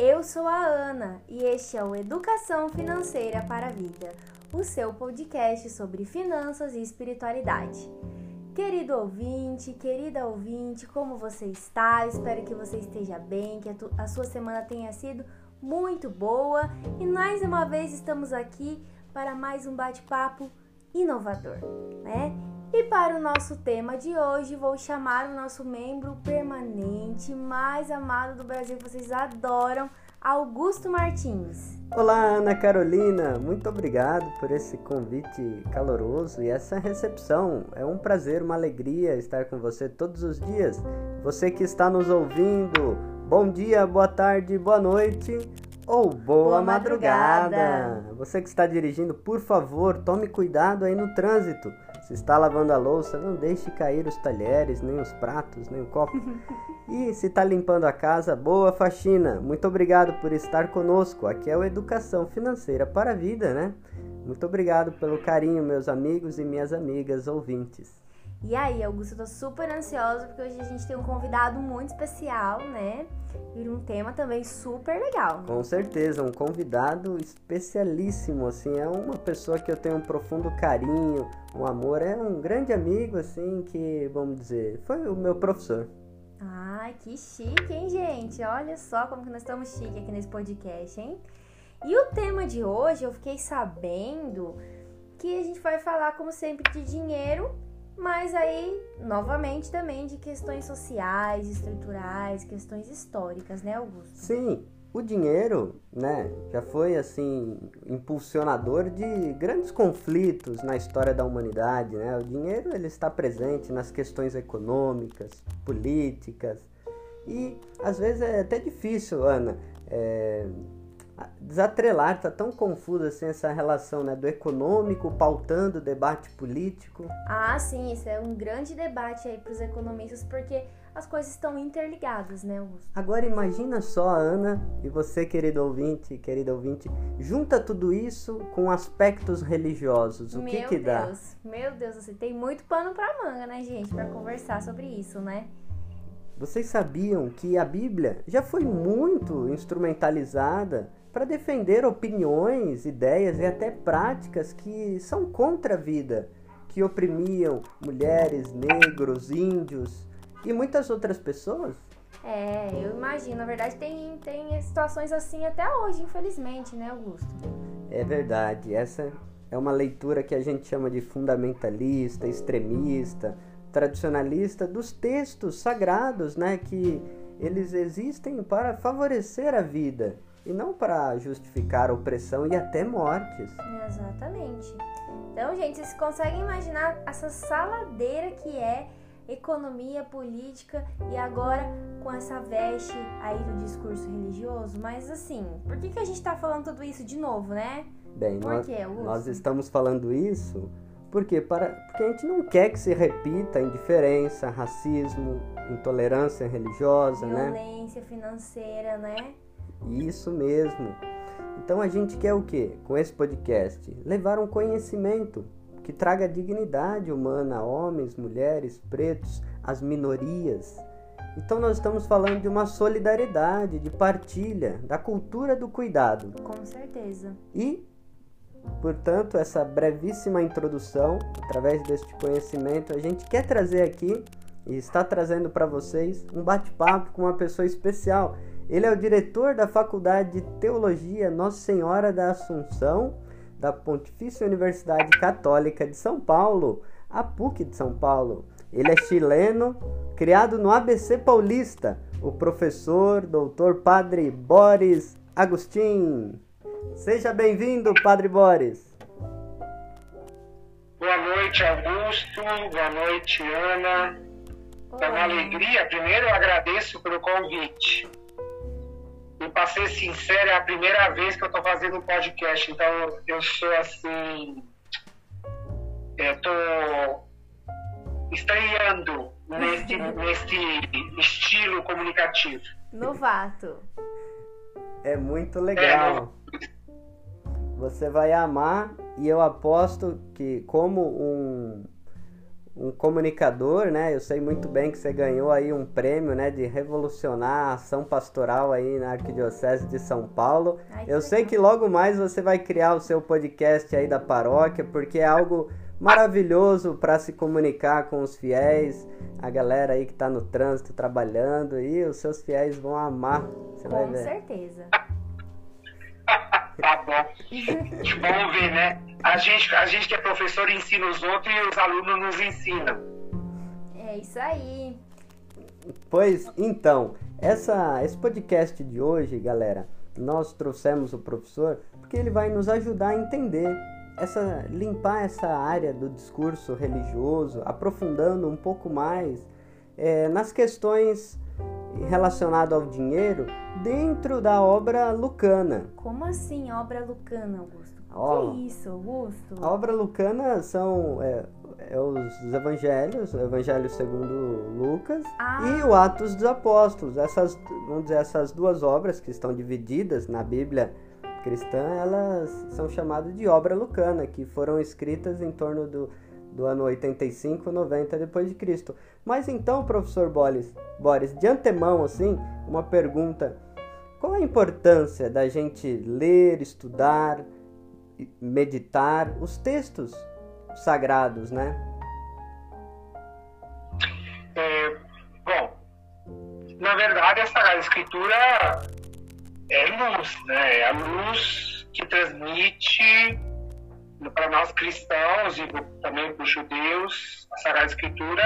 Eu sou a Ana e este é o Educação Financeira para a Vida, o seu podcast sobre finanças e espiritualidade. Querido ouvinte, querida ouvinte, como você está? Espero que você esteja bem, que a sua semana tenha sido muito boa e mais uma vez estamos aqui para mais um bate-papo inovador, né? E para o nosso tema de hoje, vou chamar o nosso membro permanente mais amado do Brasil, que vocês adoram, Augusto Martins. Olá, Ana Carolina, muito obrigado por esse convite caloroso e essa recepção. É um prazer, uma alegria estar com você todos os dias. Você que está nos ouvindo, bom dia, boa tarde, boa noite ou boa madrugada. Você que está dirigindo, por favor, tome cuidado aí no trânsito. Se está lavando a louça, não deixe cair os talheres, nem os pratos, nem o copo. E se está limpando a casa, boa faxina. Muito obrigado por estar conosco. Aqui é o Educação Financeira para a Vida, né? Muito obrigado pelo carinho, meus amigos e minhas amigas ouvintes. E aí, Augusto, eu tô super ansiosa porque hoje a gente tem um convidado muito especial, né? E um tema também super legal. Com certeza, um convidado especialíssimo, assim, é uma pessoa que eu tenho um profundo carinho, um amor, é um grande amigo, assim, que, vamos dizer, foi o meu professor. Ai, que chique, hein, gente? Olha só como que nós estamos chique aqui nesse podcast, hein? E o tema de hoje, eu fiquei sabendo que a gente vai falar, como sempre, de dinheiro, mas aí, novamente, também de questões sociais, estruturais, questões históricas, né, Augusto? Sim, o dinheiro, né, já foi, assim, impulsionador de grandes conflitos na história da humanidade, né? O dinheiro, ele está presente nas questões econômicas, políticas, e às vezes é até difícil, Ana, desatrelar, tá tão confuso assim essa relação, né, do econômico pautando o debate político. Ah, sim, isso é um grande debate aí para os economistas, porque as coisas estão interligadas, né, Augusto? Agora imagina só, Ana, e você, querido ouvinte, junta tudo isso com aspectos religiosos, o que dá? Meu Deus, você tem muito pano para manga, né, gente, para conversar sobre isso, né? Vocês sabiam que a Bíblia já foi muito instrumentalizada para defender opiniões, ideias e até práticas que são contra a vida, que oprimiam mulheres, negros, índios e muitas outras pessoas? Eu imagino. Na verdade, tem situações assim até hoje, infelizmente, né, Augusto? É verdade. Essa é uma leitura que a gente chama de fundamentalista, extremista, tradicionalista dos textos sagrados, né, que eles existem para favorecer a vida e não para justificar opressão e até mortes. Exatamente. Então, gente, vocês conseguem imaginar essa saladeira que é economia, política e agora com essa veste aí do discurso religioso? Mas assim, por que a gente tá falando tudo isso de novo, né? Bem, nós estamos falando isso porque a gente não quer que se repita indiferença, racismo, intolerância religiosa, violência financeira, né? Isso mesmo. Então a gente quer o quê? Com esse podcast, levar um conhecimento que traga dignidade humana a homens, mulheres, pretos, as minorias. Então nós estamos falando de uma solidariedade, de partilha, da cultura do cuidado. Com certeza. E, portanto, essa brevíssima introdução, através deste conhecimento, a gente quer trazer aqui e está trazendo para vocês um bate-papo com uma pessoa especial. Ele é o diretor da Faculdade de Teologia Nossa Senhora da Assunção, da Pontifícia Universidade Católica de São Paulo, a PUC de São Paulo. Ele é chileno, criado no ABC Paulista, o professor, doutor Padre Boris Agustin. Seja bem-vindo, Padre Boris. Boa noite, Augusto. Boa noite, Ana. É uma alegria. Primeiro, eu agradeço pelo convite. E para ser sincero, é a primeira vez que eu estou fazendo um podcast. Então, eu sou assim... Estou estreando neste estilo comunicativo. Novato. É muito legal. Você vai amar e eu aposto que como um comunicador, né? Eu sei muito bem que você ganhou aí um prêmio, né, de revolucionar a ação pastoral aí na Arquidiocese de São Paulo. Eu sei que logo mais você vai criar o seu podcast aí da paróquia, porque é algo maravilhoso para se comunicar com os fiéis, a galera aí que está no trânsito trabalhando, e os seus fiéis vão amar. Você vai ver. Com certeza. Tá bom. Vamos ver, né? A gente que é professor ensina os outros e os alunos nos ensinam. É isso aí. Pois então, esse podcast de hoje, galera, nós trouxemos o professor porque ele vai nos ajudar a entender, limpar essa área do discurso religioso, aprofundando um pouco mais nas questões relacionadas ao dinheiro dentro da obra lucana. Como assim, obra lucana, Augusto? Que isso, Augusto? A obra lucana são os evangelhos, o Evangelho segundo Lucas e o Atos dos Apóstolos. Essas duas obras que estão divididas na Bíblia cristã, elas são chamadas de obra lucana, que foram escritas em torno do ano 85, 90 depois de Cristo. Mas então, professor Boris, de antemão, assim, uma pergunta: qual a importância da gente ler, estudar, meditar os textos sagrados, né? Bom, na verdade a Sagrada Escritura é luz, né? É a luz que transmite para nós cristãos e também para os judeus. A Sagrada Escritura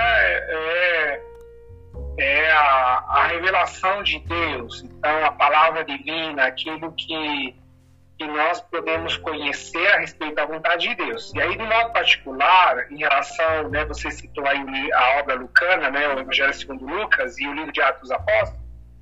é a revelação de Deus. Então, a palavra divina, aquilo que nós podemos conhecer a respeito da vontade de Deus. E aí, de modo particular, em relação, né, você citou aí a obra lucana, né, o Evangelho segundo Lucas e o livro de Atos dos Apóstolos,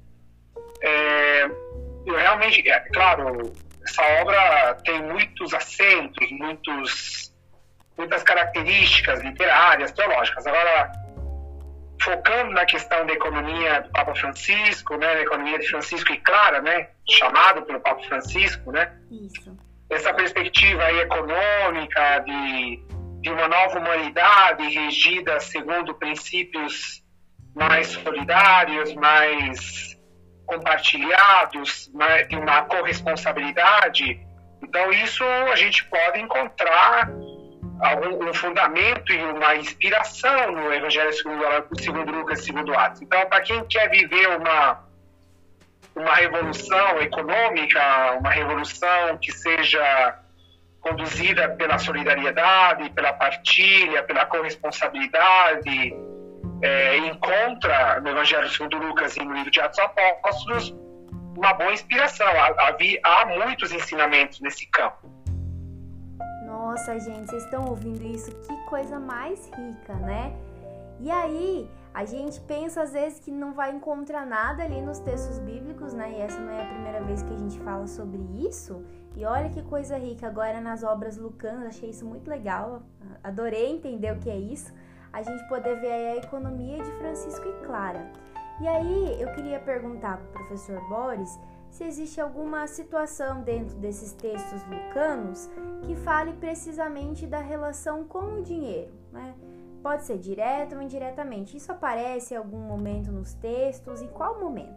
eu realmente, claro, essa obra tem muitos acentos, muitas características literárias, teológicas. Agora, focando na questão da economia do Papa Francisco, né, da economia de Francisco e Clara, né, chamado pelo Papa Francisco, né, Isso. Essa perspectiva aí econômica de uma nova humanidade regida segundo princípios mais solidários, mais compartilhados, de uma corresponsabilidade. Então, isso a gente pode encontrar um fundamento e uma inspiração no Evangelho segundo Lucas e segundo Atos. Então, para quem quer viver uma revolução econômica, uma revolução que seja conduzida pela solidariedade, pela partilha, pela corresponsabilidade, encontra no Evangelho segundo Lucas e no livro de Atos dos Apóstolos uma boa inspiração. Há muitos ensinamentos nesse campo. Nossa, gente, vocês estão ouvindo isso? Que coisa mais rica, né? E aí, a gente pensa às vezes que não vai encontrar nada ali nos textos bíblicos, né? E essa não é a primeira vez que a gente fala sobre isso. E olha que coisa rica, agora nas obras lucanas, achei isso muito legal. Adorei entender o que é isso. A gente poder ver aí a economia de Francisco e Clara. E aí, eu queria perguntar para o professor Boris se existe alguma situação dentro desses textos lucanos que fale precisamente da relação com o dinheiro, né? Pode ser direto ou indiretamente. Isso aparece em algum momento nos textos? Em qual momento?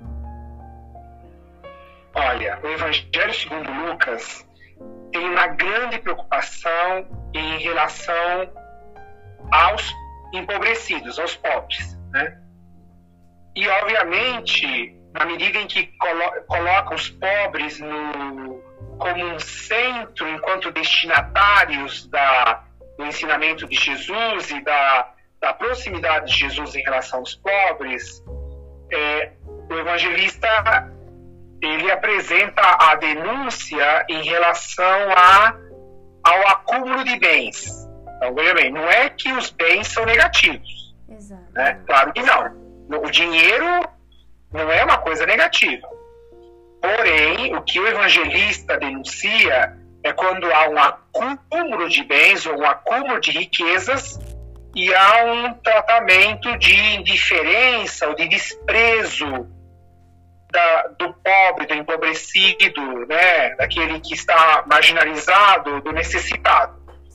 Olha, o Evangelho segundo Lucas tem uma grande preocupação em relação aos empobrecidos, aos pobres, né? E, obviamente, na medida em que coloca os pobres como um centro, enquanto destinatários do ensinamento de Jesus e da proximidade de Jesus em relação aos pobres, o evangelista ele apresenta a denúncia em relação ao acúmulo de bens. Então, veja bem, não é que os bens são negativos. Exato. Né? Claro que não. O dinheiro não é uma coisa negativa. Porém, o que o evangelista denuncia é quando há um acúmulo de bens ou um acúmulo de riquezas e há um tratamento de indiferença ou de desprezo do pobre, do empobrecido, né? Daquele que está marginalizado, do necessitado.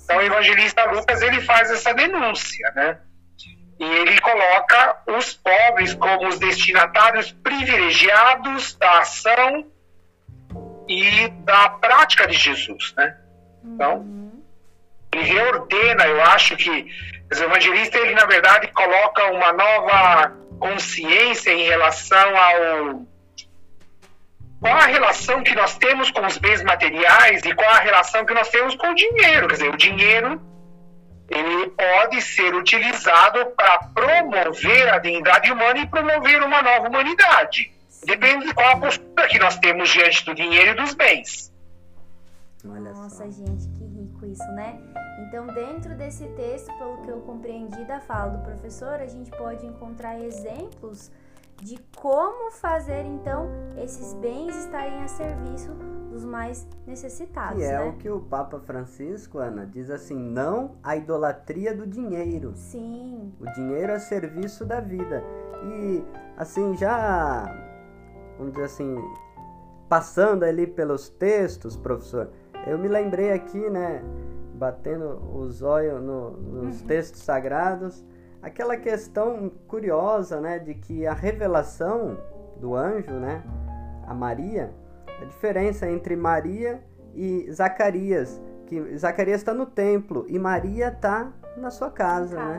Então o evangelista Lucas, ele faz essa denúncia, né? E ele coloca os pobres como os destinatários privilegiados da ação e da prática de Jesus, né? Então, ele reordena, eu acho que o evangelista, ele na verdade coloca uma nova consciência em relação ao... Qual a relação que nós temos com os bens materiais e qual a relação que nós temos com o dinheiro. Quer dizer, o dinheiro, ele pode ser utilizado para promover a dignidade humana e promover uma nova humanidade. Depende de qual a postura que nós temos diante do dinheiro e dos bens. Nossa, gente, que rico isso, né? Então, dentro desse texto, pelo que eu compreendi da fala do professor, a gente pode encontrar exemplos de como fazer, então, esses bens estarem a serviço dos mais necessitados, E é né? o que o Papa Francisco, Ana, diz assim, não à idolatria do dinheiro. Sim. O dinheiro é serviço da vida. E, assim, já, vamos dizer assim, passando ali pelos textos, professor, eu me lembrei aqui, né, batendo os olhos nos textos sagrados, aquela questão curiosa, né, de que a revelação do anjo, né, a Maria, a diferença entre Maria e Zacarias, que Zacarias está no templo e Maria está na sua casa, né?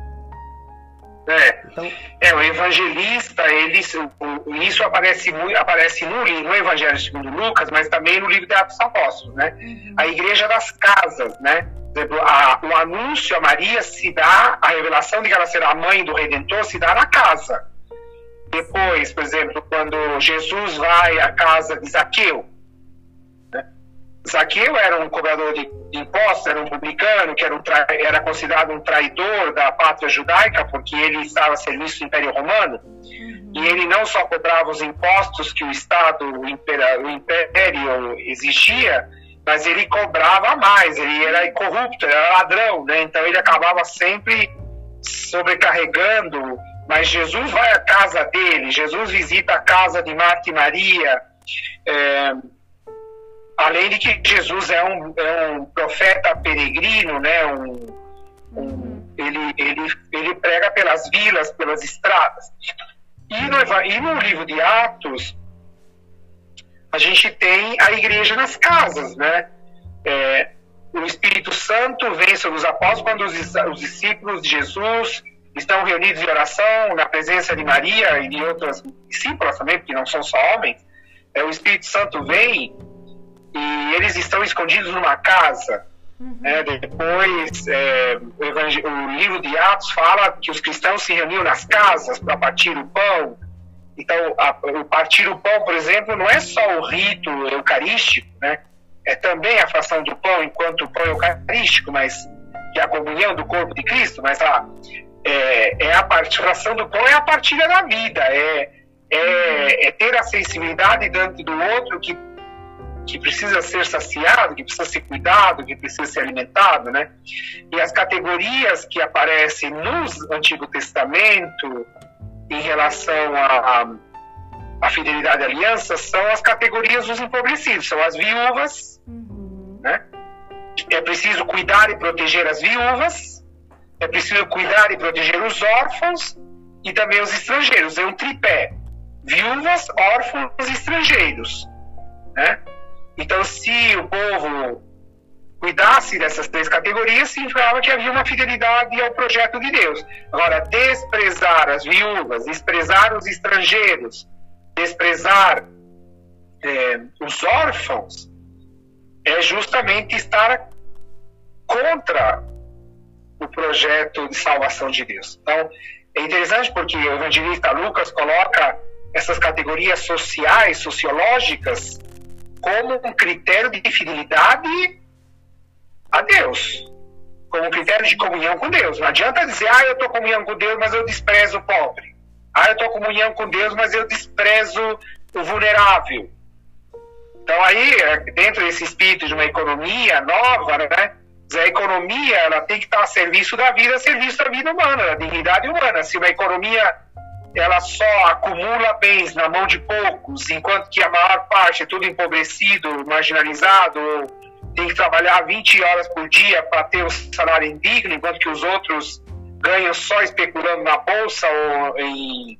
É, Então, o evangelista, isso aparece no Evangelho segundo Lucas, mas também no livro de Atos Apóstolos, né? A igreja das casas, né? O anúncio a Maria se dá, a revelação de que ela será a mãe do Redentor se dá na casa. Depois, por exemplo, quando Jesus vai à casa de Zaqueu, né? Zaqueu era um cobrador de impostos, era um publicano, que era considerado um traidor da pátria judaica, porque ele estava a serviço do Império Romano, e ele não só cobrava os impostos que o Estado, o Império exigia, mas ele cobrava mais, ele era corrupto, era ladrão, né? Então ele acabava sempre sobrecarregando. Mas Jesus vai à casa dele, Jesus visita a casa de Marta e Maria, além de que Jesus é um profeta peregrino, né? Ele prega pelas vilas, pelas estradas. E no livro de Atos, a gente tem a igreja nas casas, né? O Espírito Santo vem sobre os apóstolos quando os discípulos de Jesus estão reunidos em oração na presença de Maria e de outras discípulas também, porque não são só homens. O Espírito Santo vem e eles estão escondidos numa casa. Depois, o livro de Atos fala que os cristãos se reuniam nas casas para partir o pão. Então, o partir o pão, por exemplo, não é só o rito eucarístico, né? É também a fração do pão enquanto pão eucarístico, mas que é a comunhão do corpo de Cristo, mas a fração do pão é a partilha da vida, é ter a sensibilidade diante do outro que precisa ser saciado, que precisa ser cuidado, que precisa ser alimentado, né? E as categorias que aparecem no Antigo Testamento em relação à fidelidade à aliança são as categorias dos empobrecidos, são as viúvas, né? É preciso cuidar e proteger as viúvas, é preciso cuidar e proteger os órfãos e também os estrangeiros. É um tripé: viúvas, órfãos e estrangeiros, né? Então, se o povo cuidasse dessas três categorias, significava que havia uma fidelidade ao projeto de Deus. Agora, desprezar as viúvas, desprezar os estrangeiros, desprezar os órfãos, é justamente estar contra o projeto de salvação de Deus. Então, é interessante porque o evangelista Lucas coloca essas categorias sociais, sociológicas, como um critério de fidelidade a Deus, como um critério de comunhão com Deus. Não adianta dizer, eu estou em comunhão com Deus, mas eu desprezo o pobre. Eu estou em comunhão com Deus, mas eu desprezo o vulnerável. Então aí, dentro desse espírito de uma economia nova, né, a economia ela tem que estar a serviço da vida humana, da dignidade humana. Se uma economia ela só acumula bens na mão de poucos, enquanto que a maior parte é tudo empobrecido, marginalizado, tem que trabalhar 20 horas por dia para ter um salário indigno, enquanto que os outros ganham só especulando na bolsa ou em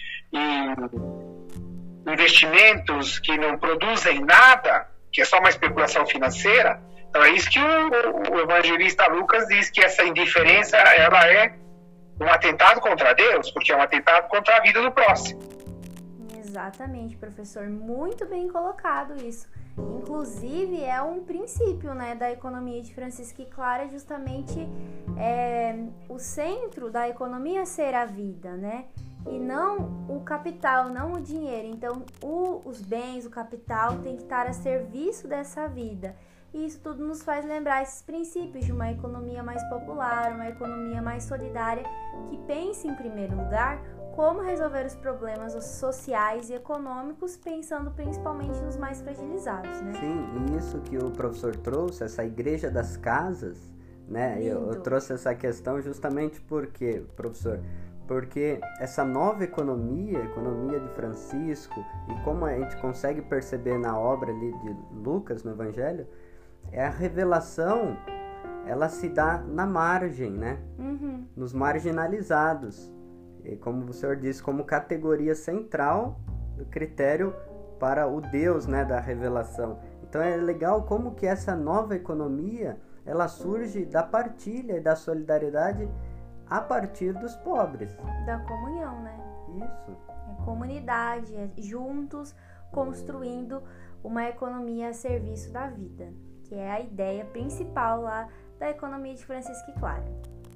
investimentos que não produzem nada, que é só uma especulação financeira. Então é isso que o evangelista Lucas diz, que essa indiferença ela é um atentado contra Deus, porque é um atentado contra a vida do próximo. Exatamente, professor, muito bem colocado isso. Inclusive é um princípio, né, da economia de Francisco e Clara, justamente o centro da economia ser a vida, né? E não o capital, não o dinheiro. Então, os bens, o capital tem que estar a serviço dessa vida. E isso tudo nos faz lembrar esses princípios de uma economia mais popular, uma economia mais solidária, que pense em primeiro lugar como resolver os problemas sociais e econômicos, pensando principalmente nos mais fragilizados, né? Sim, e isso que o professor trouxe, essa igreja das casas, né? Eu trouxe essa questão justamente porque, professor, porque essa nova economia, a economia de Francisco, e como a gente consegue perceber na obra ali de Lucas, no Evangelho, é a revelação, ela se dá na margem, né? Uhum. Nos marginalizados. E como o senhor disse, como categoria central do critério para o Deus, né, da revelação. Então é legal como que essa nova economia, ela surge da partilha e da solidariedade a partir dos pobres. Da comunhão, né? Isso. É comunidade, é juntos construindo uma economia a serviço da vida, que é a ideia principal lá da economia de Francisco e Clara.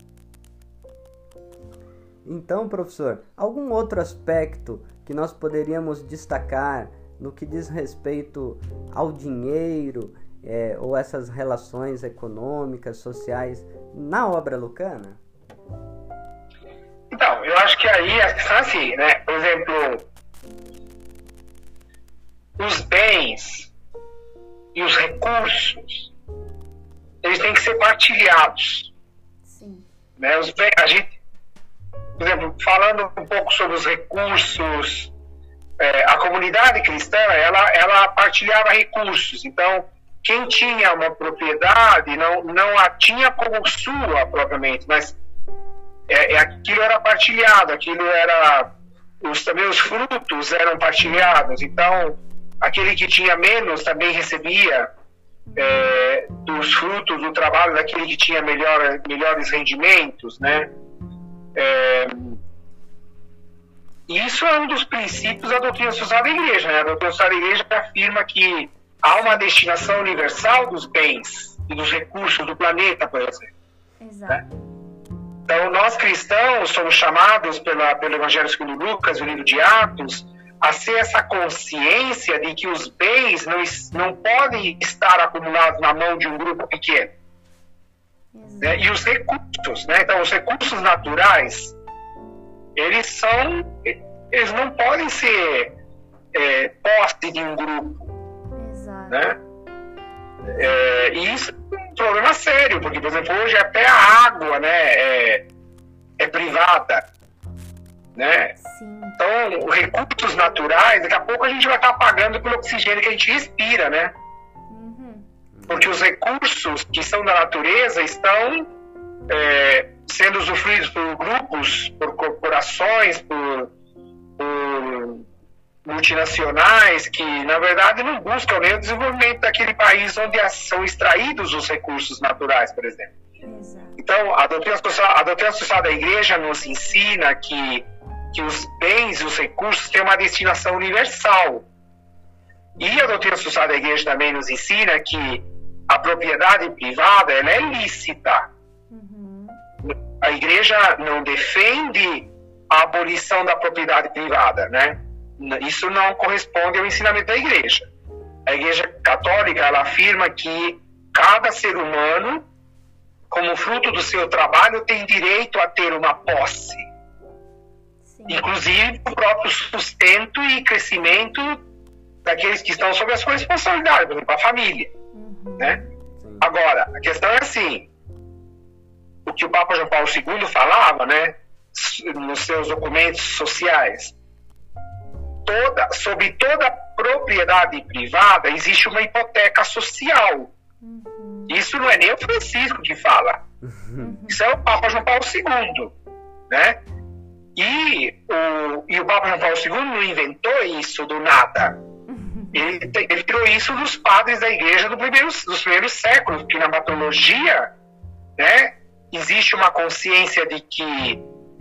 Então, professor, algum outro aspecto que nós poderíamos destacar no que diz respeito ao dinheiro ou essas relações econômicas, sociais, na obra lucana? Então, eu acho que aí a questão é assim, né? Por exemplo, os bens e os recursos, eles têm que ser partilhados. Sim. Né? A gente, por exemplo, falando um pouco sobre os recursos, a comunidade cristã, ela partilhava recursos. Então, quem tinha uma propriedade não a tinha como sua propriamente, mas aquilo era partilhado, também os frutos eram partilhados. Então, aquele que tinha menos também recebia dos frutos do trabalho daquele que tinha melhores rendimentos, né? E isso é um dos princípios da doutrina social da igreja, né? A doutrina social da igreja afirma que há uma destinação universal dos bens e dos recursos do planeta, por exemplo. Exato. Né? Então, nós cristãos somos chamados pelo Evangelho segundo Lucas, o livro de Atos, a ser essa consciência de que os bens não podem estar acumulados na mão de um grupo pequeno. Né? E os recursos, né? Então, os recursos naturais, eles não podem ser posse de um grupo. Exato. Né? E isso é um problema sério, porque, por exemplo, hoje até a água, né, é privada. Né? Sim. Então, os recursos naturais, daqui a pouco a gente vai estar pagando pelo oxigênio que a gente respira, né? Uhum. Porque os recursos que são da natureza estão sendo usufruídos por grupos, por corporações, por multinacionais que, na verdade, não buscam nem o desenvolvimento daquele país onde são extraídos os recursos naturais, por exemplo. Exato. Então, a doutrina social da igreja nos ensina que os bens e os recursos têm uma destinação universal. E a doutrina social da igreja também nos ensina que a propriedade privada ela é lícita. Uhum. A igreja não defende a abolição da propriedade privada, né? Isso não corresponde ao ensinamento da igreja. A igreja católica ela afirma que cada ser humano, como fruto do seu trabalho, tem direito a ter uma posse. Sim. Inclusive o próprio sustento e crescimento daqueles que estão sob a sua responsabilidade, por exemplo, a família. Uhum. Né? Agora, a questão é assim, o que o Papa João Paulo II falava, né, nos seus documentos sociais, sobre toda propriedade privada existe uma hipoteca social. Isso não é nem o Francisco que fala. Isso é o Papa João Paulo II, né? E o Papa João Paulo II não inventou isso do nada. Ele tirou isso dos padres da igreja dos primeiros séculos, porque na patologia, né, existe uma consciência de que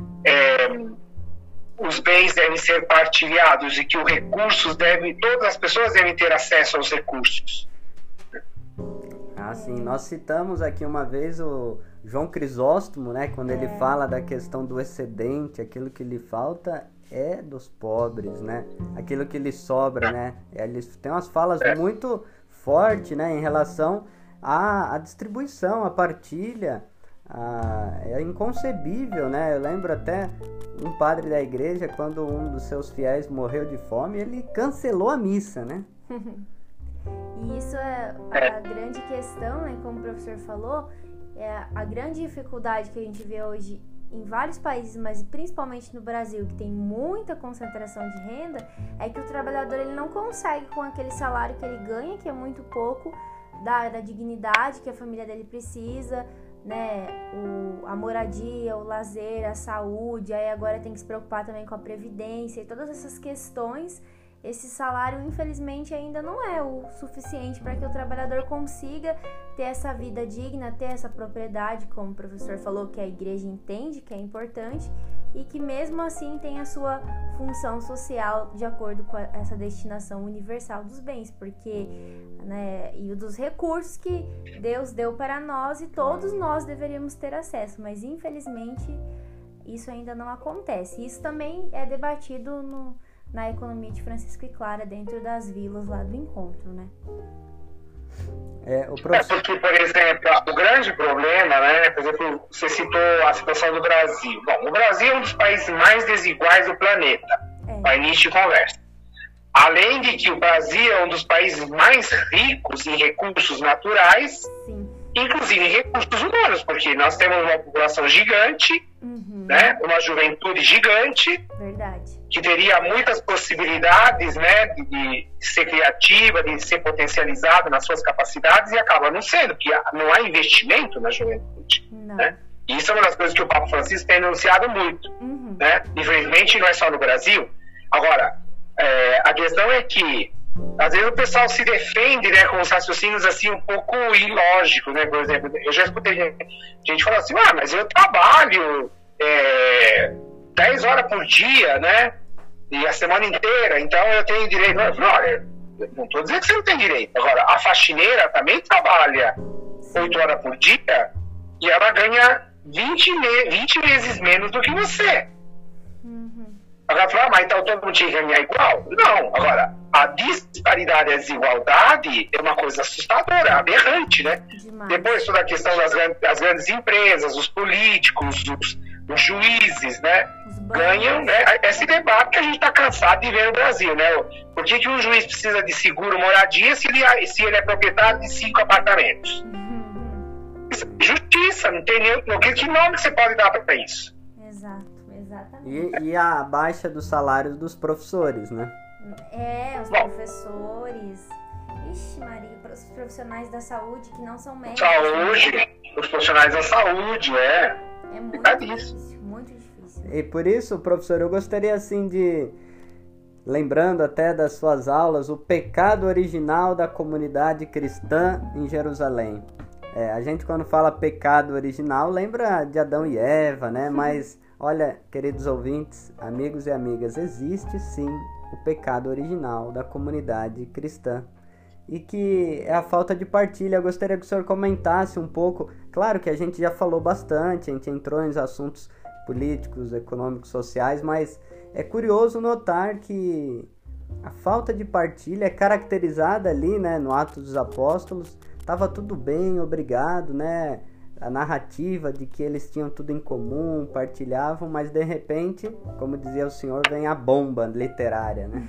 os bens devem ser partilhados e que os recursos todas as pessoas devem ter acesso aos recursos. Ah, sim. Nós citamos aqui uma vez o João Crisóstomo, né, quando ele fala da questão do excedente, aquilo que lhe falta é dos pobres, né? Aquilo que lhe sobra, né? Ele tem umas falas muito fortes, né, em relação à distribuição, à partilha. É inconcebível, né? Eu lembro até um padre da igreja, quando um dos seus fiéis morreu de fome, ele cancelou a missa, né? E isso é a grande questão, né? Como o professor falou, a grande dificuldade que a gente vê hoje em vários países, mas principalmente no Brasil, que tem muita concentração de renda, é que o trabalhador ele não consegue, com aquele salário que ele ganha, que é muito pouco, da dignidade que a família dele precisa, né, a moradia, o lazer, a saúde, aí agora tem que se preocupar também com a previdência e todas essas questões. Esse salário, infelizmente, ainda não é o suficiente para que o trabalhador consiga ter essa vida digna, ter essa propriedade, como o professor falou, que a igreja entende que é importante, e que mesmo assim tem a sua função social de acordo com essa destinação universal dos bens, porque, né, e dos recursos que Deus deu para nós e todos nós deveríamos ter acesso, mas infelizmente isso ainda não acontece. Isso também é debatido na economia de Francisco e Clara, dentro das vilas lá do encontro, né? Porque, por exemplo, o grande problema, né? Por exemplo, você citou a situação do Brasil. Bom, o Brasil é um dos países mais desiguais do planeta, para início de conversa. Além de que o Brasil é um dos países mais ricos em recursos naturais, inclusive em recursos humanos, porque nós temos uma população gigante, né? Uma juventude gigante, que teria muitas possibilidades, né, de ser criativa, de ser potencializada nas suas capacidades, e acaba não sendo, porque não há investimento na juventude. Né? E isso é uma das coisas que o Papa Francisco tem anunciado muito. Né? Infelizmente não é só no Brasil. Agora, a questão é que às vezes o pessoal se defende, né, com os raciocínios assim um pouco ilógicos, né? Por exemplo, eu já escutei gente falar assim, mas eu trabalho 10 horas por dia, né? E a semana inteira, então eu tenho direito. Olha, não estou dizendo que você não tem direito. Agora, a faxineira também trabalha 8 horas por dia e ela ganha 20 vezes menos do que você. Agora, mas então todo mundo tinha que ganhar igual? Não. Agora, a disparidade e a desigualdade é uma coisa assustadora, aberrante, né? Depois toda a questão das grandes empresas, os políticos, os juízes, né? Ganham, né? Esse debate que a gente está cansado de ver no Brasil, né? Por que um juiz precisa de seguro moradia se ele é proprietário de 5 apartamentos? Justiça, não tem nem... Que nome você pode dar para isso? Exatamente. E a baixa dos salários dos professores, né? Os professores. Ixi, Maria, os profissionais da saúde que não são médicos. Os profissionais da saúde, É muito difícil, muito difícil. E por isso, professor, eu gostaria assim de, lembrando até das suas aulas, o pecado original da comunidade cristã em Jerusalém. A gente quando fala pecado original lembra de Adão e Eva, né? Mas olha, queridos ouvintes, amigos e amigas, existe sim o pecado original da comunidade cristã. E que é a falta de partilha. Eu gostaria que o senhor comentasse um pouco. Claro que a gente já falou bastante, a gente entrou em assuntos políticos, econômicos, sociais, mas é curioso notar que a falta de partilha é caracterizada ali, né, no Atos dos Apóstolos. Estava tudo bem, obrigado, né? A narrativa de que eles tinham tudo em comum, partilhavam, mas de repente, como dizia o senhor, vem a bomba literária, né?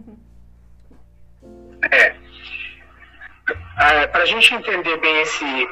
Para a gente entender bem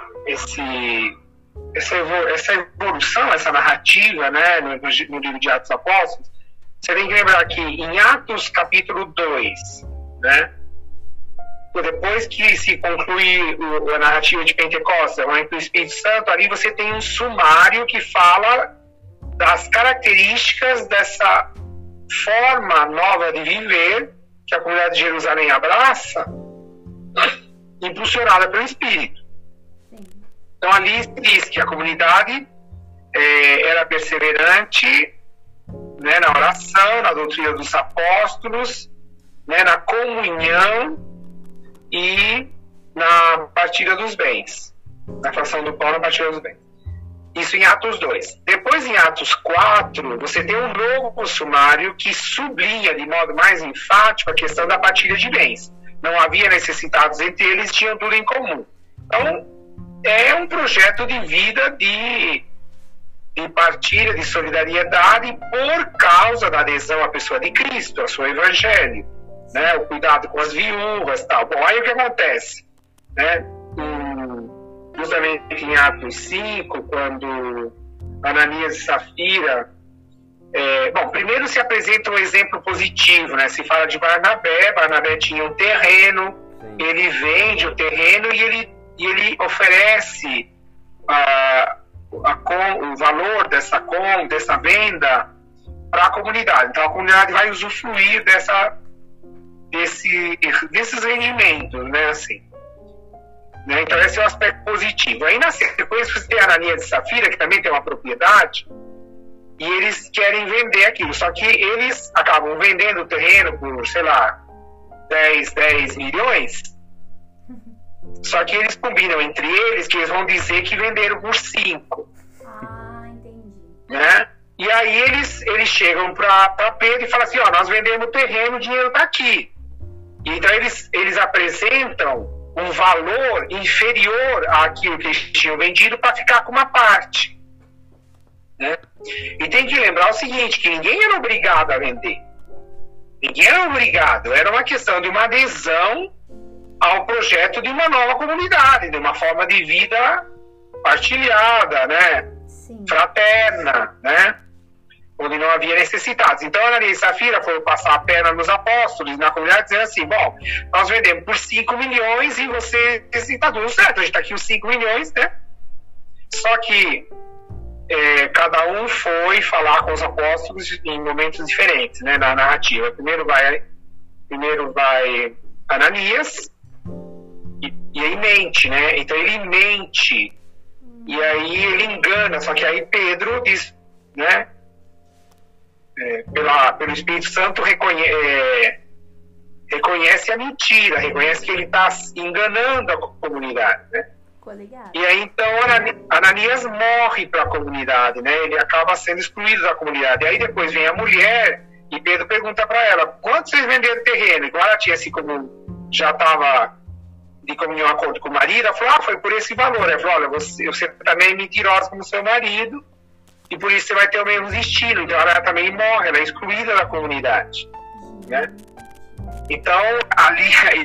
essa evolução, essa narrativa, né, no livro de Atos dos Apóstolos, você tem que lembrar que em Atos capítulo 2, né, depois que se conclui a narrativa de Pentecostes, o Espírito Santo, ali você tem um sumário que fala das características dessa forma nova de viver que a comunidade de Jerusalém abraça, impulsionada pelo Espírito. Então ali se diz que a comunidade era perseverante, né, na oração, na doutrina dos apóstolos, né, na comunhão e na partilha dos bens, na fração do pão, na partilha dos bens. Isso em Atos 2. Depois, em Atos 4, você tem um novo sumário que sublinha de modo mais enfático a questão da partilha de bens. Não havia necessitados entre eles, tinham tudo em comum. Então, é um projeto de vida de partilha, de solidariedade por causa da adesão à pessoa de Cristo, ao seu evangelho, né? O cuidado com as viúvas e tal. Bom, aí o que acontece? Né? Justamente em Atos 5, quando Ananias e Safira... bom, primeiro se apresenta um exemplo positivo, né? Se fala de Barnabé. Barnabé tinha um terreno, ele vende o terreno e ele oferece o valor dessa venda para a comunidade. Então a comunidade vai usufruir desses rendimentos, né? Assim. Né? Então esse é o aspecto positivo. Aí na sequência você tem Ananias e Safira, que também tem uma propriedade, e eles querem vender aquilo, só que eles acabam vendendo o terreno por, sei lá, 10 milhões, só que eles combinam entre eles que eles vão dizer que venderam por 5. Ah, entendi. Né? E aí eles chegam para Pedro e falam assim, ó, nós vendemos o terreno, o dinheiro está aqui. E então eles apresentam um valor inferior àquilo que eles tinham vendido para ficar com uma parte. Né? E tem que lembrar o seguinte, que ninguém era obrigado a vender. Ninguém era obrigado. Era uma questão de uma adesão ao projeto de uma nova comunidade, de uma forma de vida partilhada, né? Sim. Fraterna, né? Onde não havia necessitados. Então, Ananias e Safira foram passar a perna nos apóstolos, na comunidade, dizendo assim, bom, nós vendemos por 5 milhões e você está tudo certo, a gente está aqui os 5 milhões, né? Só que cada um foi falar com os apóstolos em momentos diferentes, né, na narrativa. Primeiro vai Ananias e aí mente, né? Então ele mente e aí ele engana, só que aí Pedro diz, né? Pelo Espírito Santo reconhece a mentira, reconhece que ele está enganando a comunidade, né? E aí então Ananias morre para a comunidade, né? Ele acaba sendo excluído da comunidade. E aí depois vem a mulher e Pedro pergunta para ela, quanto vocês venderam terreno? E como ela tinha assim, como já estava de comunhão acordo com o marido, ela falou, foi por esse valor. Ela falou, olha, você também é mentirosa como seu marido e por isso você vai ter o mesmo destino. Então ela também morre, ela é excluída da comunidade, né? Então ali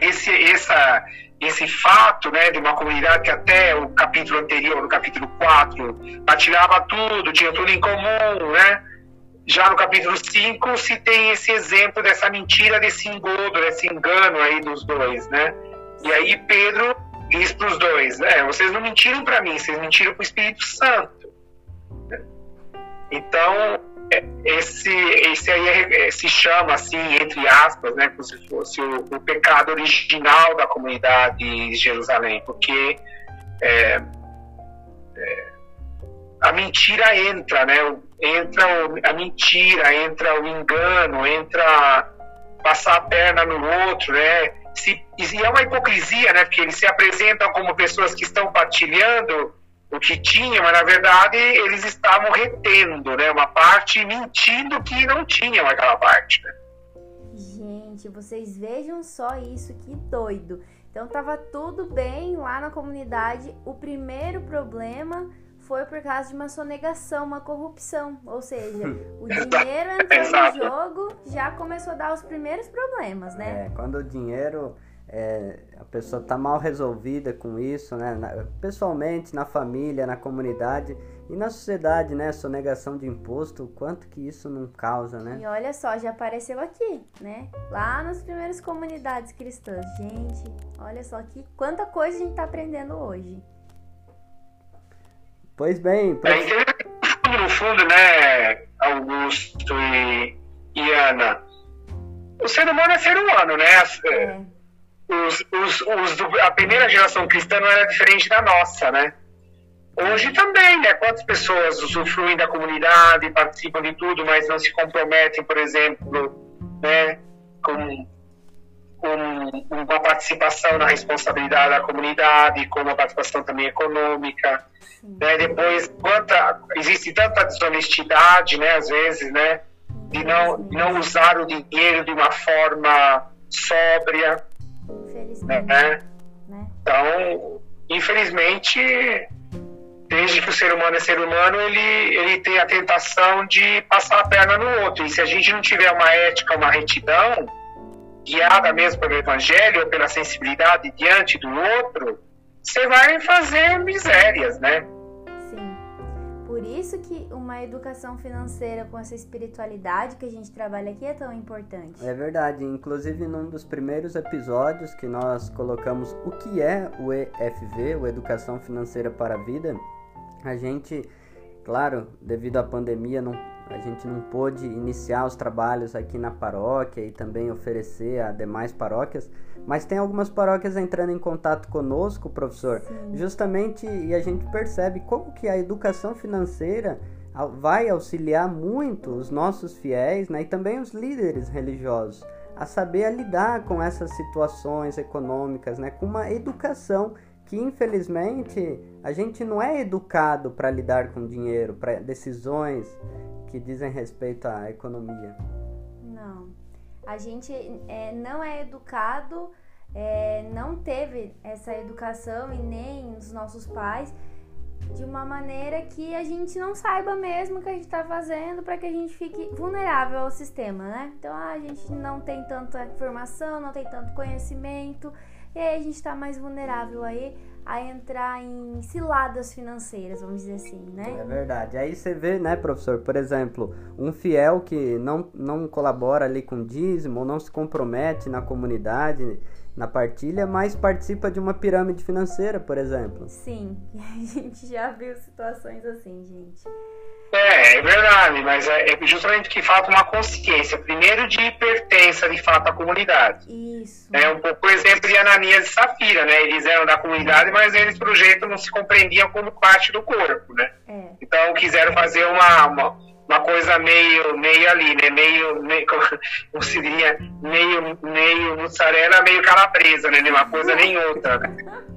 esse fato, né, de uma comunidade que até o capítulo anterior, no capítulo 4, partilhava tudo, tinha tudo em comum, né? Já no capítulo 5 se tem esse exemplo dessa mentira, desse engodo, desse engano aí dos dois, né? E aí Pedro diz para os dois, vocês não mentiram para mim, vocês mentiram para o Espírito Santo. Então, esse aí se chama, assim, entre aspas, né, como se fosse o pecado original da comunidade de Jerusalém, porque a mentira entra, né, a mentira, entra o engano, entra passar a perna no outro, né, e é uma hipocrisia, né, porque eles se apresentam como pessoas que estão partilhando o que tinha, mas na verdade eles estavam retendo, né, uma parte, mentindo que não tinham aquela parte, né? Gente, vocês vejam só isso, que doido. Então tava tudo bem lá na comunidade, o primeiro problema foi por causa de uma sonegação, uma corrupção, ou seja, o dinheiro entrou no jogo, já começou a dar os primeiros problemas, né? Quando o dinheiro... a pessoa está mal resolvida com isso, né? Pessoalmente, na família, na comunidade, E na sociedade, né, sonegação de imposto, o quanto que isso não causa, né? E olha só, já apareceu aqui, né? Lá nas primeiras comunidades cristãs. Gente, olha só que quanta coisa a gente tá aprendendo hoje. Pois bem, no fundo, né, Augusto e Ana, o ser humano é ser humano, né? A primeira geração cristã não era diferente da nossa, né? Hoje também, né? Quantas pessoas usufruem da comunidade, participam de tudo, mas não se comprometem, por exemplo, né, com uma participação na responsabilidade da comunidade, com uma participação também econômica. Né? Depois, existe tanta desonestidade, né, às vezes, né, de não usar o dinheiro de uma forma sóbria. Infelizmente. Né? Então, infelizmente, desde que o ser humano é ser humano, ele tem a tentação de passar a perna no outro. E se a gente não tiver uma ética, uma retidão, guiada mesmo pelo evangelho ou pela sensibilidade diante do outro, você vai fazer misérias, né? Sim. Por isso que uma educação financeira com essa espiritualidade que a gente trabalha aqui é tão importante. É verdade. Inclusive, num dos primeiros episódios que nós colocamos o que é o EFV, o Educação Financeira para a Vida, a gente, claro, devido à pandemia, a gente não pôde iniciar os trabalhos aqui na paróquia e também oferecer a demais paróquias, mas tem algumas paróquias entrando em contato conosco, professor, Sim. Justamente, e a gente percebe como que a educação financeira vai auxiliar muito os nossos fiéis, né, e também os líderes religiosos a saber lidar com essas situações econômicas, né, com uma educação que, infelizmente, a gente não é educado para lidar com dinheiro, para decisões que dizem respeito à economia. Não. A gente não é educado, não teve essa educação e nem os nossos pais de uma maneira que a gente não saiba mesmo o que a gente está fazendo para que a gente fique vulnerável ao sistema, né? Então a gente não tem tanta informação, não tem tanto conhecimento e aí a gente está mais vulnerável aí a entrar em ciladas financeiras, vamos dizer assim, né? É verdade. Aí você vê, né, professor, por exemplo, um fiel que não colabora ali com dízimo, ou não se compromete na comunidade, na partilha, mas participa de uma pirâmide financeira, por exemplo. Sim, a gente já viu situações assim, gente. É verdade, mas é justamente que falta uma consciência, primeiro de pertença de fato à comunidade. Isso. É um pouco o exemplo de Ananias e Safira, né? Eles eram da comunidade, mas eles, pelo jeito, não se compreendiam como parte do corpo, né? Então quiseram fazer uma coisa meio ali, né? Meio como se diria, meio mussarela, meio calabresa, né? Nem uma coisa nem outra, né?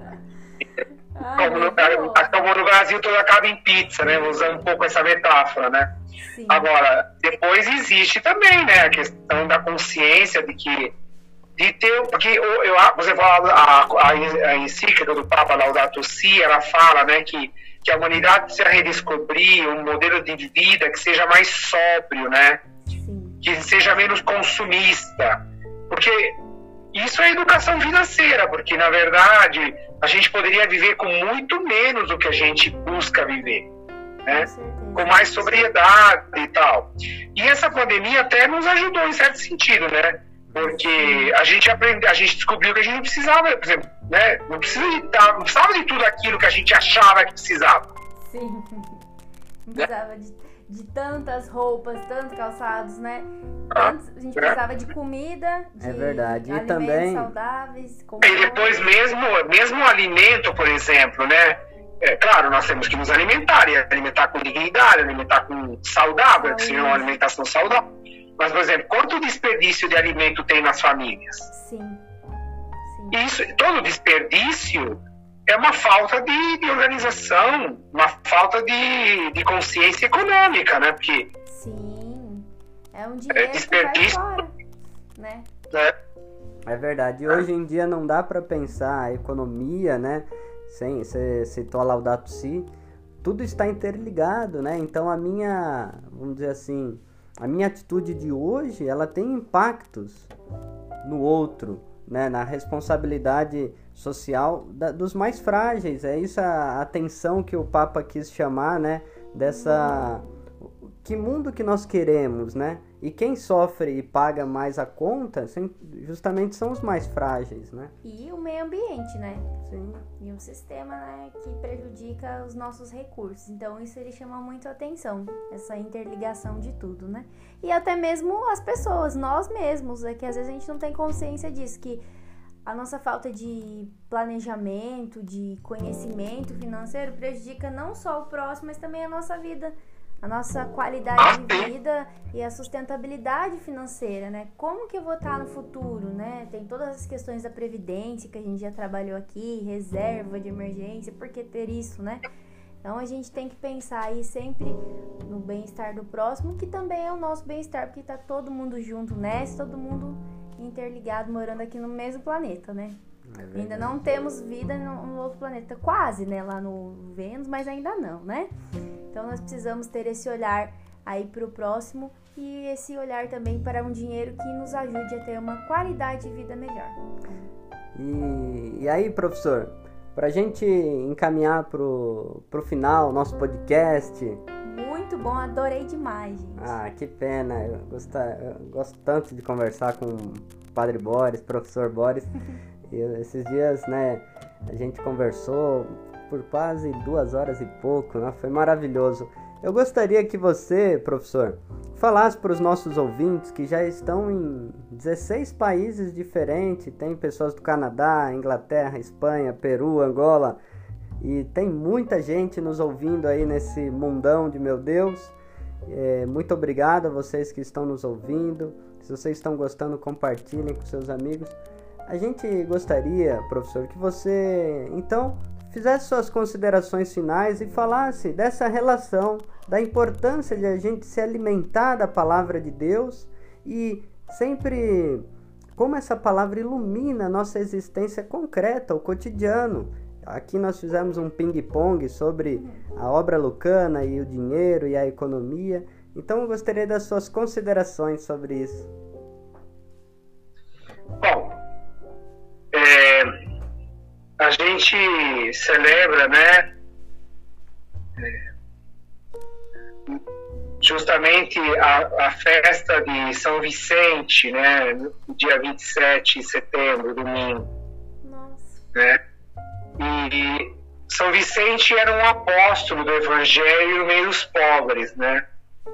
Como no Brasil tudo acaba em pizza, né? Usando um pouco essa metáfora, né? Sim. Agora, depois existe também, né? A questão da consciência de ter, porque você fala a encíclica do Papa Laudato Si, ela fala, né, que a humanidade precisa redescobrir um modelo de vida que seja mais sóbrio, né? Sim. Que seja menos consumista, porque isso é educação financeira, porque na verdade a gente poderia viver com muito menos do que a gente busca viver, né? Com mais sobriedade e tal. E essa pandemia até nos ajudou em certo sentido, né? Porque a gente descobriu que a gente não precisava, por exemplo, né? Não precisava de tudo aquilo que a gente achava que precisava. Sim. Não precisava de tantas roupas, tantos calçados, né? A gente precisava de comida, de verdade. E alimentos também saudáveis. E depois mesmo o alimento, por exemplo, né? Claro, nós temos que nos alimentar, e alimentar com dignidade, alimentar com saudável, que seja uma alimentação saudável. Mas, por exemplo, quanto desperdício de alimento tem nas famílias? Sim. Todo desperdício é uma falta de organização, uma falta de consciência econômica, né? Porque sim, é um dinheiro desperdício, que vai fora, né? É verdade. Hoje em dia não dá para pensar a economia, né? Você citou a Laudato Si, tudo está interligado, né? Então vamos dizer assim, a minha atitude de hoje, ela tem impactos no outro, né? Na responsabilidade social dos mais frágeis. É isso a atenção que o Papa quis chamar, né? dessa... Que mundo que nós queremos, né? E quem sofre e paga mais a conta, justamente são os mais frágeis, né? E o meio ambiente, né? Sim. E um sistema, né, que prejudica os nossos recursos. Então, isso ele chama muito a atenção, essa interligação de tudo, né? E até mesmo as pessoas, nós mesmos, é que às vezes a gente não tem consciência disso, que a nossa falta de planejamento, de conhecimento financeiro prejudica não só o próximo, mas também a nossa vida, a nossa qualidade de vida e a sustentabilidade financeira, né? Como que eu vou estar no futuro, né? Tem todas as questões da previdência que a gente já trabalhou aqui, reserva de emergência, por que ter isso, né? Então a gente tem que pensar aí sempre no bem-estar do próximo, que também é o nosso bem-estar, porque tá todo mundo junto nessa, todo mundo interligado, morando aqui no mesmo planeta, né? Ainda não temos vida no outro planeta, quase, né? Lá no Vênus, mas ainda não, né? Então nós precisamos ter esse olhar aí para o próximo e esse olhar também para um dinheiro que nos ajude a ter uma qualidade de vida melhor. E aí, professor, para a gente encaminhar pro final nosso podcast... Muito bom, adorei demais, gente. Ah, que pena, eu gosto tanto de conversar com o Padre Boris, professor Boris. E esses dias, né, a gente conversou por quase 2 horas e pouco, né? Foi maravilhoso. Eu gostaria que você, professor, falasse para os nossos ouvintes que já estão em 16 países diferentes. Tem pessoas do Canadá, Inglaterra, Espanha, Peru, Angola. E tem muita gente nos ouvindo aí nesse mundão de meu Deus. Muito obrigado a vocês que estão nos ouvindo. Se vocês estão gostando, compartilhem com seus amigos. A gente gostaria, professor, que você, então, fizesse suas considerações finais e falasse dessa relação, da importância de a gente se alimentar da palavra de Deus e sempre como essa palavra ilumina a nossa existência concreta, o cotidiano. Aqui nós fizemos um ping-pong sobre a obra lucana e o dinheiro e a economia. Então eu gostaria das suas considerações sobre isso. Bom, a gente celebra, né, justamente a festa de São Vicente, né, no dia 27 de setembro, domingo. Nossa. Né? E São Vicente era um apóstolo do Evangelho no meio dos pobres, né?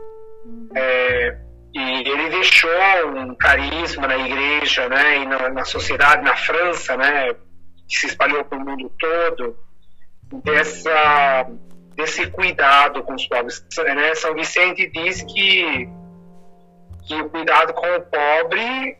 E ele deixou um carisma na igreja, né, e na sociedade, na França, né, que se espalhou pelo mundo todo, desse cuidado com os pobres. Né? São Vicente diz que o cuidado com o pobre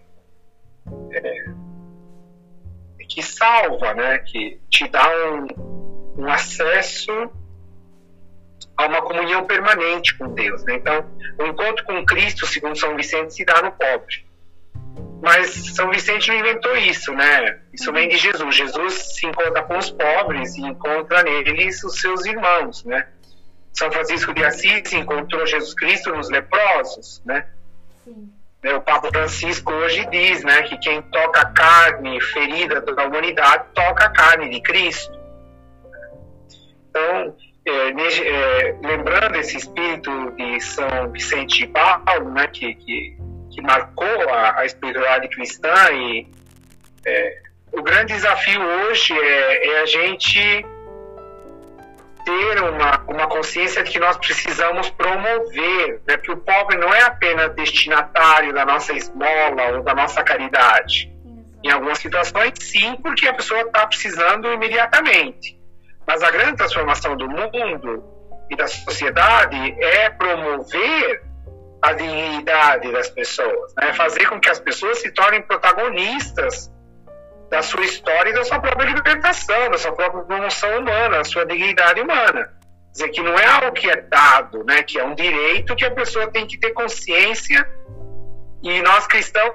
que salva, né, que te dá um acesso a uma comunhão permanente com Deus, né? Então, o encontro com Cristo, segundo São Vicente, se dá no pobre. Mas São Vicente não inventou isso, né? Isso vem de Jesus. Jesus se encontra com os pobres e encontra neles os seus irmãos, né? São Francisco de Assis encontrou Jesus Cristo nos leprosos, né? Sim. O Papa Francisco hoje diz, né, que quem toca a carne ferida da humanidade toca a carne de Cristo. Então, lembrando esse espírito de São Vicente de Paulo, né, que marcou a espiritualidade cristã, e o grande desafio hoje é a gente ter uma consciência de que nós precisamos promover, né, que o pobre não é apenas destinatário da nossa esmola ou da nossa caridade. Em algumas situações, sim, porque a pessoa está precisando imediatamente. Mas a grande transformação do mundo e da sociedade é promover a dignidade das pessoas, né? Fazer com que as pessoas se tornem protagonistas da sua história e da sua própria libertação, da sua própria promoção humana, da sua dignidade humana. Quer dizer, que não é algo que é dado, né? Que é um direito que a pessoa tem que ter consciência, e nós cristãos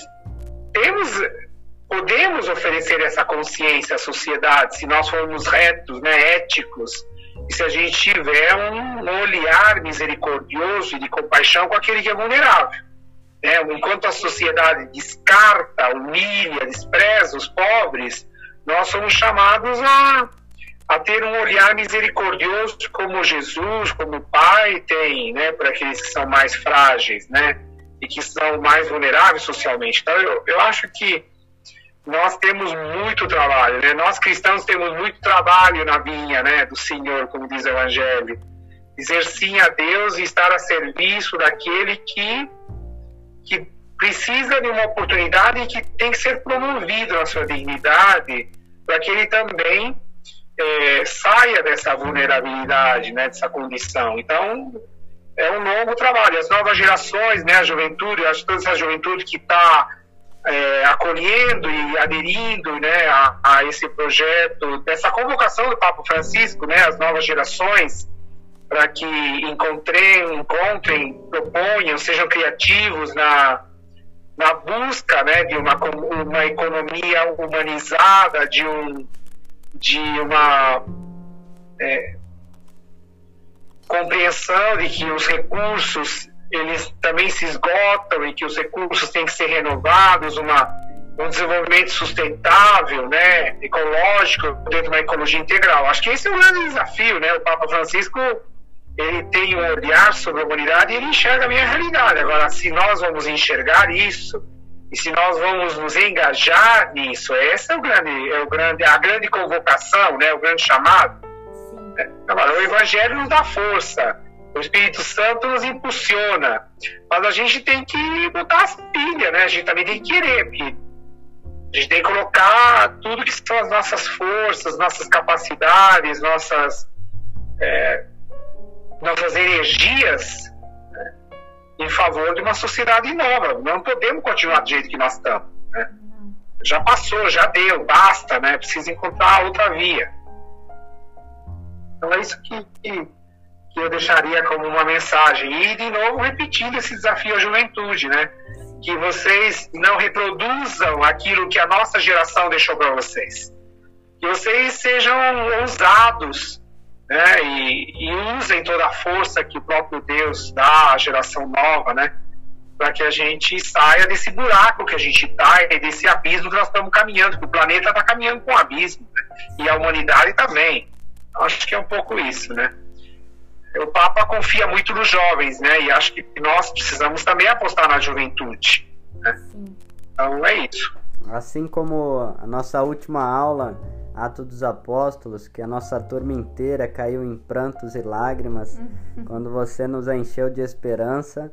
podemos oferecer essa consciência à sociedade se nós formos retos, né, éticos, e se a gente tiver um olhar misericordioso e de compaixão com aquele que é vulnerável. Enquanto a sociedade descarta, humilha, despreza os pobres, nós somos chamados a ter um olhar misericordioso como Jesus, como o Pai tem, né, para aqueles que são mais frágeis, né, e que são mais vulneráveis socialmente. Então, eu acho que nós temos muito trabalho, né? Nós cristãos temos muito trabalho na vinha, né, do Senhor, como diz o Evangelho. Dizer sim a Deus e estar a serviço daquele que precisa de uma oportunidade e que tem que ser promovido na sua dignidade, para que ele também saia dessa vulnerabilidade, né, dessa condição. Então, é um longo trabalho. As novas gerações, né, a juventude, eu acho que toda essa juventude que está acolhendo e aderindo, né, a esse projeto, dessa convocação do Papa Francisco, né, as novas gerações, para que encontrem, proponham, sejam criativos na busca, né, de uma economia humanizada, de uma compreensão de que os recursos eles também se esgotam e que os recursos têm que ser renovados, um desenvolvimento sustentável, né, ecológico, dentro de uma ecologia integral. Acho que esse é um grande desafio, né? O Papa Francisco, ele tem um olhar sobre a humanidade e ele enxerga a minha realidade. Agora, se nós vamos enxergar isso e se nós vamos nos engajar nisso, essa é a grande convocação, né, o grande chamado. Agora, o Evangelho nos dá força, o Espírito Santo nos impulsiona, mas a gente tem que botar as pilhas, né? A gente também tem que querer, porque a gente tem que colocar tudo que são as nossas forças, nossas capacidades, nossas energias, né, em favor de uma sociedade nova. Não podemos continuar do jeito que nós estamos, né? Já passou, já deu, basta, né? Precisa encontrar outra via. Então é isso que eu deixaria como uma mensagem. E, de novo, repetindo esse desafio à juventude, né? Que vocês não reproduzam aquilo que a nossa geração deixou para vocês. Que vocês sejam ousados, né? E usem toda a força que o próprio Deus dá à geração nova, né? Para que a gente saia desse buraco que a gente está e desse abismo que nós estamos caminhando, que o planeta está caminhando com um abismo, né? E a humanidade também. Acho que é um pouco isso, né? O Papa confia muito nos jovens, né? E acho que nós precisamos também apostar na juventude, né? Então é isso. Assim como a nossa última aula, Atos dos Apóstolos, que a nossa turma inteira caiu em prantos e lágrimas, quando você nos encheu de esperança,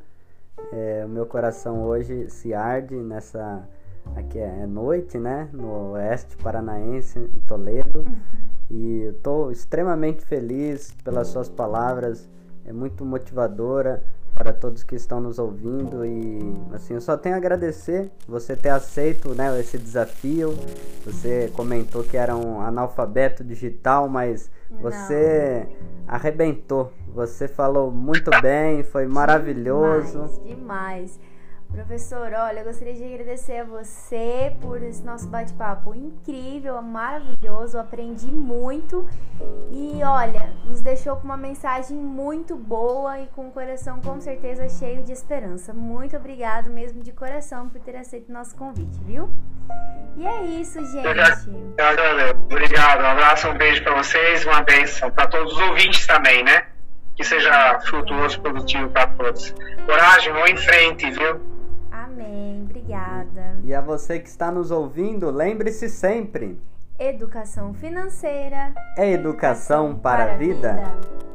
o meu coração hoje se arde nessa... Aqui é noite, né? No oeste paranaense, em Toledo. E eu estou extremamente feliz pelas suas palavras, é muito motivadora para todos que estão nos ouvindo e assim, eu só tenho a agradecer você ter aceito, né, esse desafio. Você comentou que era um analfabeto digital, mas você arrebentou, você falou muito bem, foi maravilhoso. Demais. Professor, olha, eu gostaria de agradecer a você por esse nosso bate-papo incrível, maravilhoso, eu aprendi muito e, olha, nos deixou com uma mensagem muito boa e com o coração com certeza cheio de esperança. Muito obrigado mesmo de coração por ter aceito o nosso convite, viu? E é isso, gente. Obrigado, um abraço, um beijo para vocês, uma bênção para todos os ouvintes também, né? Que seja frutuoso, produtivo para todos. Coragem, vão em frente, viu? Amém, obrigada. E a você que está nos ouvindo, lembre-se sempre: educação financeira é educação para a vida.